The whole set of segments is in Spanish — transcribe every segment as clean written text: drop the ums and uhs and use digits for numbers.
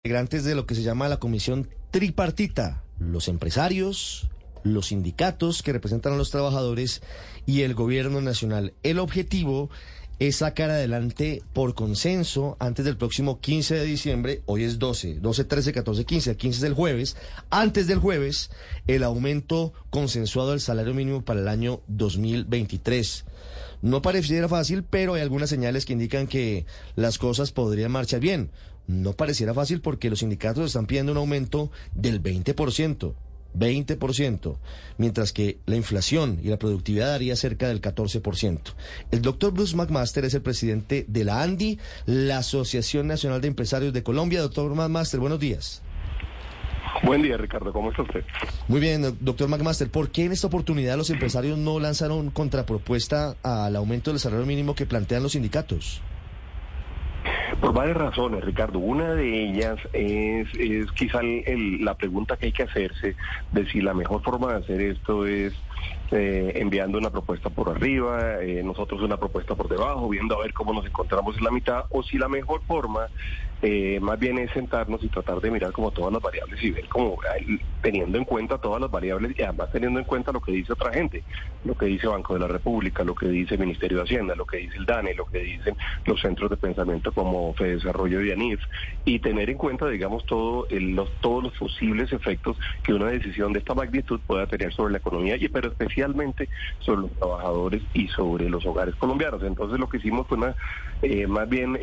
Integrantes de lo que se llama la comisión tripartita, los empresarios, los sindicatos que representan a los trabajadores y el gobierno nacional. El objetivo es sacar adelante por consenso antes del próximo 15 de diciembre, hoy es 12, 13, 14, 15, el 15 es el jueves, antes del jueves, el aumento consensuado del salario mínimo para el año 2023. No pareciera fácil, pero hay algunas señales que indican que las cosas podrían marchar bien. No pareciera fácil porque los sindicatos están pidiendo un aumento del 20%, mientras que la inflación y la productividad daría cerca del 14%. El doctor Bruce McMaster es el presidente de la ANDI, la Asociación Nacional de Empresarios de Colombia. Doctor McMaster, buenos días. Buen día, Ricardo, ¿cómo está usted? Muy bien, doctor McMaster, ¿por qué en esta oportunidad los empresarios no lanzaron contrapropuesta al aumento del salario mínimo que plantean los sindicatos? Por varias razones, Ricardo. Una de ellas es quizá la pregunta que hay que hacerse de si la mejor forma de hacer esto es enviando una propuesta por arriba, nosotros una propuesta por debajo, viendo a ver cómo nos encontramos en la mitad, o si la mejor forma más bien es sentarnos y tratar de mirar como todas las variables y ver como teniendo en cuenta todas las variables y además teniendo en cuenta lo que dice otra gente, lo que dice Banco de la República, lo que dice el Ministerio de Hacienda, lo que dice el DANE, lo que dicen los centros de pensamiento como Fedesarrollo y ANIF, y tener en cuenta, digamos, todos los posibles efectos que una decisión de esta magnitud pueda tener sobre la economía, pero especialmente sobre los trabajadores y sobre los hogares colombianos. Entonces lo que hicimos fue más bien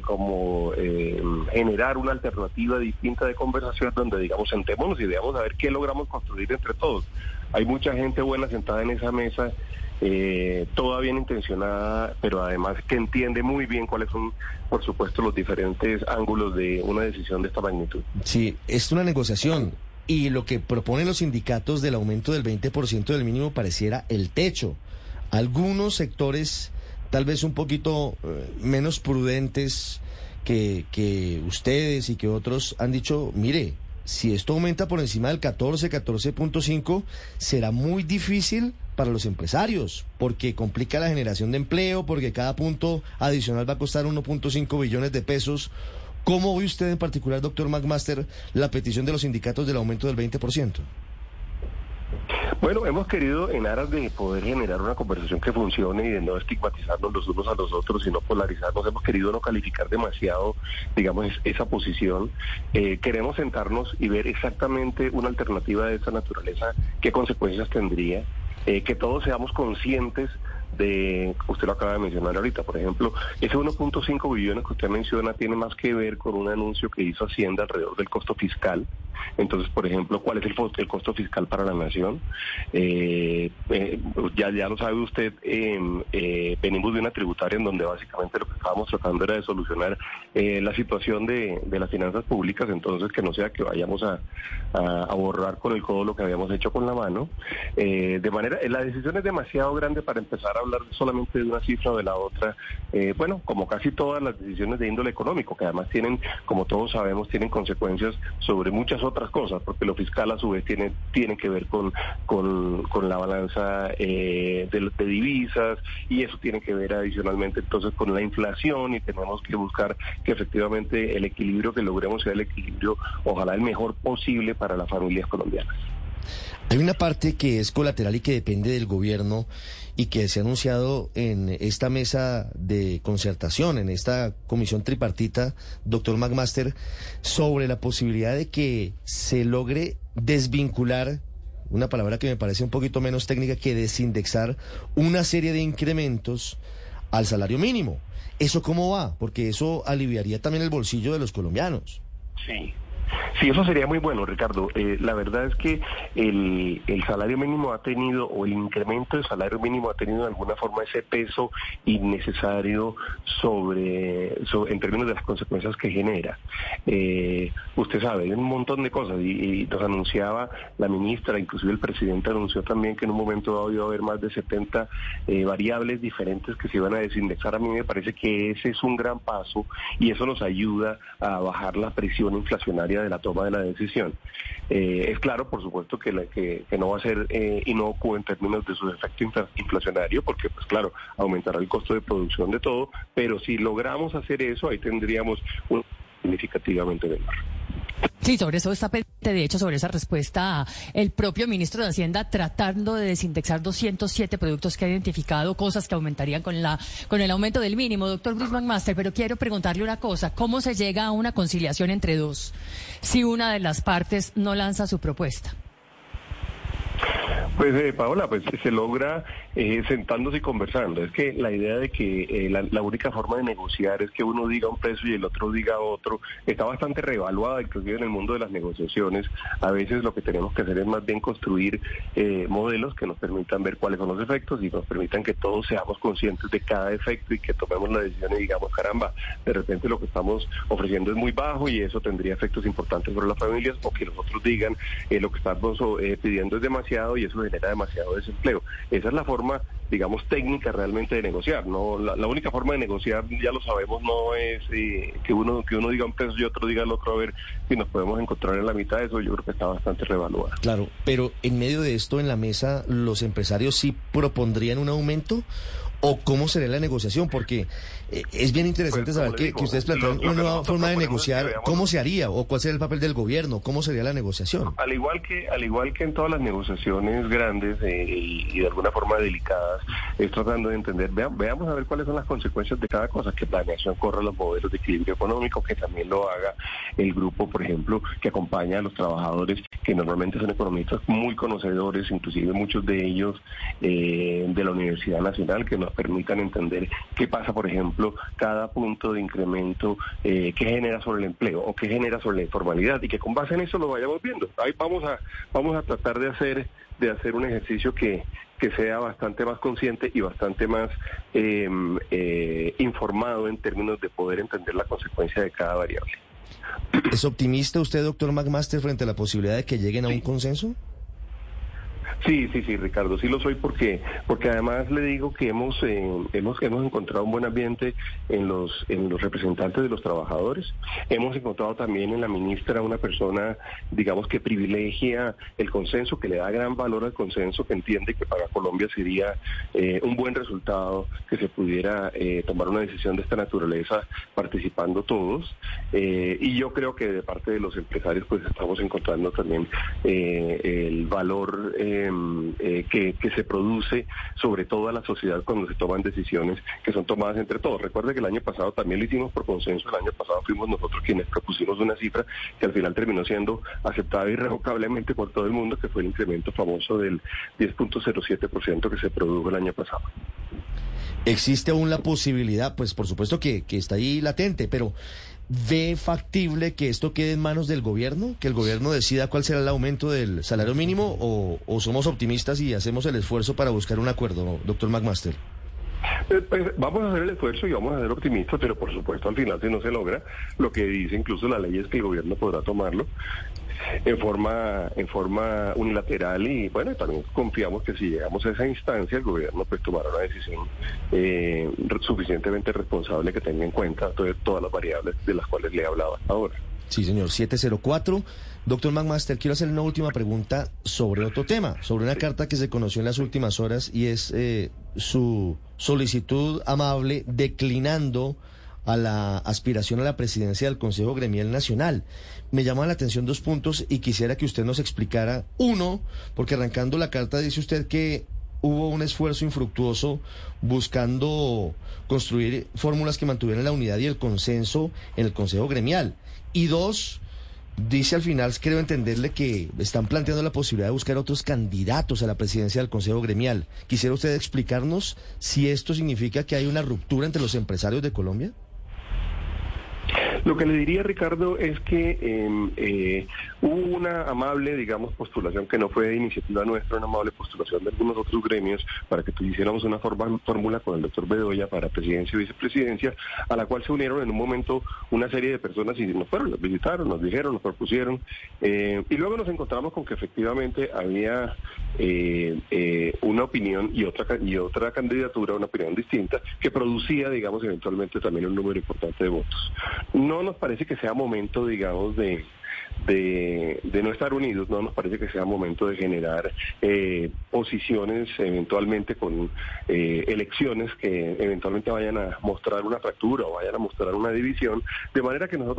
generar una alternativa distinta de conversación donde, digamos, sentémonos y veamos a ver qué logramos construir entre todos. Hay mucha gente buena sentada en esa mesa, toda bien intencionada, pero además que entiende muy bien cuáles son, por supuesto, los diferentes ángulos de una decisión de esta magnitud. Sí, es una negociación. Y lo que proponen los sindicatos del aumento del 20% del mínimo pareciera el techo. Algunos sectores, tal vez un poquito menos prudentes que ustedes y que otros, han dicho, mire, si esto aumenta por encima del 14.5, será muy difícil para los empresarios, porque complica la generación de empleo, porque cada punto adicional va a costar 1.5 billones de pesos. ¿Cómo ve usted en particular, doctor McMaster, la petición de los sindicatos del aumento del 20%? Bueno, hemos querido, en aras de poder generar una conversación que funcione y de no estigmatizarnos los unos a los otros, sino polarizarnos, hemos querido no calificar demasiado, digamos, esa posición. Queremos sentarnos y ver exactamente una alternativa de esta naturaleza, qué consecuencias tendría, que todos seamos conscientes de, usted lo acaba de mencionar ahorita, por ejemplo, ese 1.5 billones que usted menciona tiene más que ver con un anuncio que hizo Hacienda alrededor del costo fiscal. Entonces, por ejemplo, ¿cuál es el costo fiscal para la nación? Ya lo sabe usted, venimos de una tributaria en donde básicamente lo que estábamos tratando era de solucionar la situación de las finanzas públicas, entonces que no sea que vayamos a borrar con el codo lo que habíamos hecho con la mano. De manera, la decisión es demasiado grande para empezar a hablar solamente de una cifra o de la otra, bueno, como casi todas las decisiones de índole económico, que además tienen, como todos sabemos, tienen consecuencias sobre muchas otras cosas, porque lo fiscal a su vez tiene que ver con la balanza de divisas, y eso tiene que ver adicionalmente entonces con la inflación, y tenemos que buscar que efectivamente el equilibrio que logremos sea el equilibrio, ojalá el mejor posible para las familias colombianas. Hay una parte que es colateral y que depende del gobierno y que se ha anunciado en esta mesa de concertación, en esta comisión tripartita, doctor McMaster, sobre la posibilidad de que se logre desvincular, una palabra que me parece un poquito menos técnica, que desindexar una serie de incrementos al salario mínimo. ¿Eso cómo va? Porque eso aliviaría también el bolsillo de los colombianos. Sí, eso sería muy bueno, Ricardo. La verdad es que el salario mínimo ha tenido, o el incremento del salario mínimo ha tenido de alguna forma ese peso innecesario en términos de las consecuencias que genera. Usted sabe, hay un montón de cosas y nos anunciaba la ministra, inclusive el presidente anunció también que en un momento dado iba a haber más de 70 variables diferentes que se iban a desindexar. A mí me parece que ese es un gran paso y eso nos ayuda a bajar la presión inflacionaria de la toma de la decisión. Es claro, por supuesto, que no va a ser inocuo en términos de su efecto inflacionario, porque, pues claro, aumentará el costo de producción de todo, pero si logramos hacer eso, ahí tendríamos un significativamente menor. Sí, sobre eso está pendiente, de hecho, sobre esa respuesta, el propio ministro de Hacienda tratando de desindexar 207 productos que ha identificado, cosas que aumentarían con el aumento del mínimo. Doctor Bruce McMaster, pero quiero preguntarle una cosa, ¿cómo se llega a una conciliación entre dos si una de las partes no lanza su propuesta? Pues Paola, pues se logra sentándose y conversando. Es que la idea de que la única forma de negociar es que uno diga un precio y el otro diga otro, está bastante reevaluada, inclusive en el mundo de las negociaciones. A veces lo que tenemos que hacer es más bien construir modelos que nos permitan ver cuáles son los efectos y nos permitan que todos seamos conscientes de cada efecto y que tomemos la decisión y digamos, caramba, de repente lo que estamos ofreciendo es muy bajo y eso tendría efectos importantes sobre las familias, o que los otros digan lo que estamos pidiendo es demasiado y eso genera demasiado desempleo. Esa es la forma, digamos, técnica realmente de negociar. No, la única forma de negociar, ya lo sabemos, no es que uno diga un precio y otro diga el otro, a ver si nos podemos encontrar en la mitad de eso. Yo creo que está bastante revaluado. Claro, pero en medio de esto, en la mesa, ¿los empresarios sí propondrían un aumento? ¿O cómo sería la negociación? Porque es bien interesante pues, saber que ustedes plantean una nueva forma de negociar. ¿Cómo se haría? ¿O cuál sería el papel del gobierno? ¿Cómo sería la negociación? Al igual que en todas las negociaciones grandes y de alguna forma delicadas, es tratando de entender, veamos a ver cuáles son las consecuencias de cada cosa, que planeación corra los modelos de equilibrio económico, que también lo haga el grupo, por ejemplo, que acompaña a los trabajadores, que normalmente son economistas muy conocedores, inclusive muchos de ellos de la Universidad Nacional, que nos permitan entender qué pasa, por ejemplo, cada punto de incremento que genera sobre el empleo o que genera sobre la informalidad, y que con base en eso lo vayamos viendo. Ahí vamos a tratar de hacer un ejercicio que sea bastante más consciente y bastante más informado en términos de poder entender la consecuencia de cada variable. ¿Es optimista usted, doctor McMaster, frente a la posibilidad de que lleguen a un consenso? Sí, Ricardo, sí lo soy porque además le digo que hemos encontrado un buen ambiente en los representantes de los trabajadores. Hemos encontrado también en la ministra una persona, digamos, que privilegia el consenso, que le da gran valor al consenso, que entiende que para Colombia sería un buen resultado que se pudiera tomar una decisión de esta naturaleza participando todos. Y yo creo que de parte de los empresarios pues estamos encontrando también el valor que se produce sobre todo a la sociedad cuando se toman decisiones que son tomadas entre todos. Recuerde que el año pasado también lo hicimos por consenso. El año pasado fuimos nosotros quienes propusimos una cifra que al final terminó siendo aceptada irrevocablemente por todo el mundo, que fue el incremento famoso del 10.07% que se produjo el año pasado. ¿Existe aún la posibilidad? Pues por supuesto que está ahí latente, pero ¿ve factible que esto quede en manos del gobierno? ¿Que el gobierno decida cuál será el aumento del salario mínimo? ¿O somos optimistas y hacemos el esfuerzo para buscar un acuerdo, doctor McMaster? Pues vamos a hacer el esfuerzo y vamos a ser optimistas, pero por supuesto al final, si no se logra, lo que dice incluso la ley es que el gobierno podrá tomarlo en forma unilateral, y bueno, también confiamos que si llegamos a esa instancia el gobierno pues tomará una decisión suficientemente responsable que tenga en cuenta todas las variables de las cuales le he hablado hasta ahora. Sí, señor, 704. Doctor McMaster, quiero hacerle una última pregunta sobre otro tema, sobre una carta que se conoció en las últimas horas, y es su solicitud amable declinando a la aspiración a la presidencia del Consejo Gremial Nacional. Me llama la atención dos puntos y quisiera que usted nos explicara. Uno, porque arrancando la carta dice usted que hubo un esfuerzo infructuoso buscando construir fórmulas que mantuvieran la unidad y el consenso en el Consejo Gremial. Y dos, dice al final, creo entenderle, que están planteando la posibilidad de buscar otros candidatos a la presidencia del Consejo Gremial. ¿Quisiera usted explicarnos si esto significa que hay una ruptura entre los empresarios de Colombia? Lo que le diría, Ricardo, es que hubo una amable, digamos, postulación que no fue de iniciativa nuestra, una amable postulación de algunos otros gremios para que hiciéramos una fórmula con el doctor Bedoya para presidencia y vicepresidencia, a la cual se unieron en un momento una serie de personas y nos visitaron, nos dijeron, nos propusieron, y luego nos encontramos con que efectivamente había una opinión y otra candidatura, una opinión distinta, que producía, digamos, eventualmente también un número importante de votos. No nos parece que sea momento, digamos, de no estar unidos, no nos parece que sea momento de generar posiciones eventualmente con elecciones que eventualmente vayan a mostrar una fractura o vayan a mostrar una división, de manera que nosotros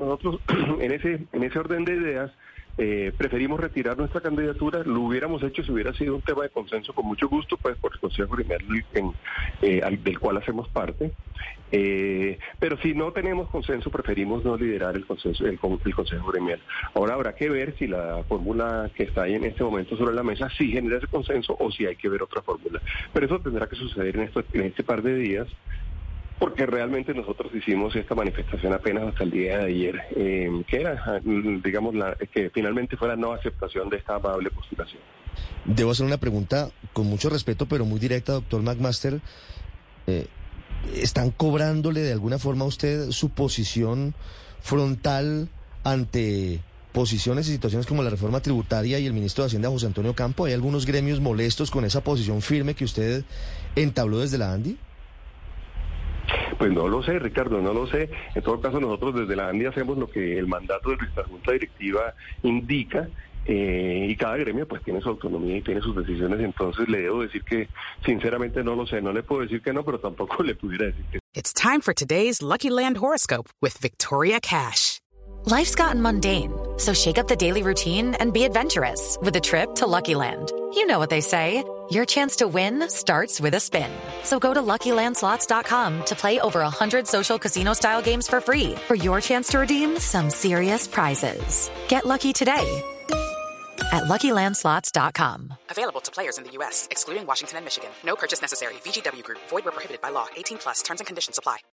nosotros en ese orden de ideas preferimos retirar nuestra candidatura. Lo hubiéramos hecho si hubiera sido un tema de consenso con mucho gusto, pues por el Consejo Gremial del cual hacemos parte. Pero si no tenemos consenso, preferimos no liderar el Consejo Gremial. Ahora habrá que ver si la fórmula que está ahí en este momento sobre la mesa sí genera ese consenso o si hay que ver otra fórmula. Pero eso tendrá que suceder en este par de días, porque realmente nosotros hicimos esta manifestación apenas hasta el día de ayer, que era, digamos, que finalmente fue la no aceptación de esta amable postulación. Debo hacer una pregunta con mucho respeto, pero muy directa, doctor McMaster. ¿Están cobrándole de alguna forma a usted su posición frontal ante posiciones y situaciones como la reforma tributaria y el ministro de Hacienda, José Antonio Campo? ¿Hay algunos gremios molestos con esa posición firme que usted entabló desde la ANDI? Pues no lo sé, Ricardo, no lo sé. En todo caso, nosotros desde la ANDI hacemos lo que el mandato de nuestra Junta Directiva indica, y cada gremio pues tiene su autonomía y tiene sus decisiones. Entonces le debo decir que sinceramente no lo sé. No le puedo decir que no, pero tampoco le pudiera decir que. It's time for today's Lucky Land horoscope with Victoria Cash. Life's gotten mundane, so shake up the daily routine and be adventurous with a trip to Lucky Land. You know what they say, your chance to win starts with a spin. So go to LuckyLandSlots.com to play over 100 social casino-style games for free for your chance to redeem some serious prizes. Get lucky today at LuckyLandSlots.com. Available to players in the U.S., excluding Washington and Michigan. No purchase necessary. VGW Group. Void where prohibited by law. 18+. Terms and conditions apply.